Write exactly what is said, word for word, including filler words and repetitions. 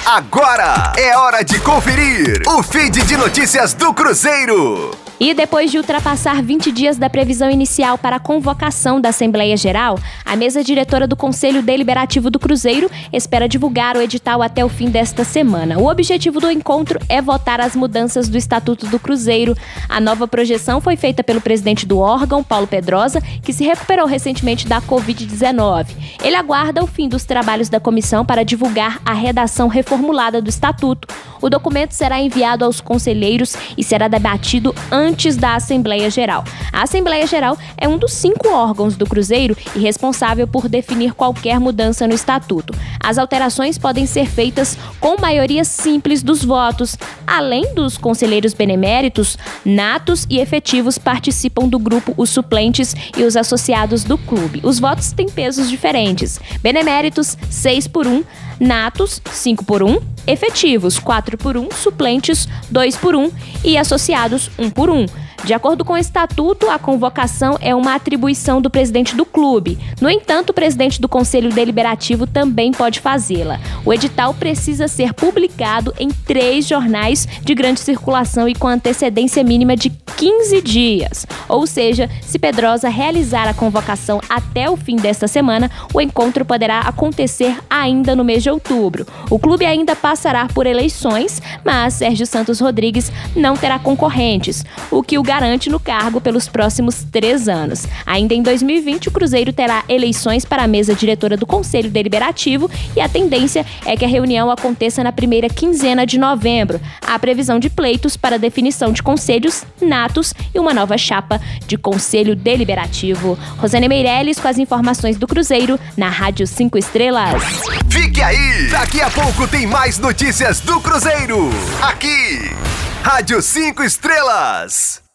Agora é hora de conferir o feed de notícias do Cruzeiro. E depois de ultrapassar vinte dias da previsão inicial para a convocação da Assembleia Geral, a mesa diretora do Conselho Deliberativo do Cruzeiro espera divulgar o edital até o fim desta semana. O objetivo do encontro é votar as mudanças do Estatuto do Cruzeiro. A nova projeção foi feita pelo presidente do órgão, Paulo Pedrosa, que se recuperou recentemente da covid dezenove. Ele aguarda o fim dos trabalhos da comissão para divulgar a redação reformulada do Estatuto. O documento será enviado aos conselheiros e será debatido antes antes da Assembleia Geral. A Assembleia Geral é um dos cinco órgãos do Cruzeiro e responsável por definir qualquer mudança no Estatuto. As alterações podem ser feitas com maioria simples dos votos. Além dos conselheiros beneméritos, natos e efetivos participam do grupo os suplentes e os associados do clube. Os votos têm pesos diferentes. Beneméritos, seis por um, natos, cinco por um, efetivos, quatro por um, suplentes, dois por um e associados, um por um. De acordo com o Estatuto, a convocação é uma atribuição do presidente do clube. No entanto, o presidente do Conselho Deliberativo também pode fazê-la. O edital precisa ser publicado em três jornais de grande circulação e com antecedência mínima de quinze dias. Ou seja, se Pedrosa realizar a convocação até o fim desta semana, o encontro poderá acontecer ainda no mês de outubro. O clube ainda passará por eleições, mas Sérgio Santos Rodrigues não terá concorrentes, o que o garante no cargo pelos próximos três anos. Ainda em dois mil e vinte, o Cruzeiro terá eleições para a mesa diretora do Conselho Deliberativo e a tendência é que a reunião aconteça na primeira quinzena de novembro. Há previsão de pleitos para definição de conselhos, natos e uma nova chapa de Conselho Deliberativo. Rosane Meirelles com as informações do Cruzeiro na Rádio cinco Estrelas. Fique aí! Daqui a pouco tem mais notícias do Cruzeiro. Aqui, Rádio cinco Estrelas.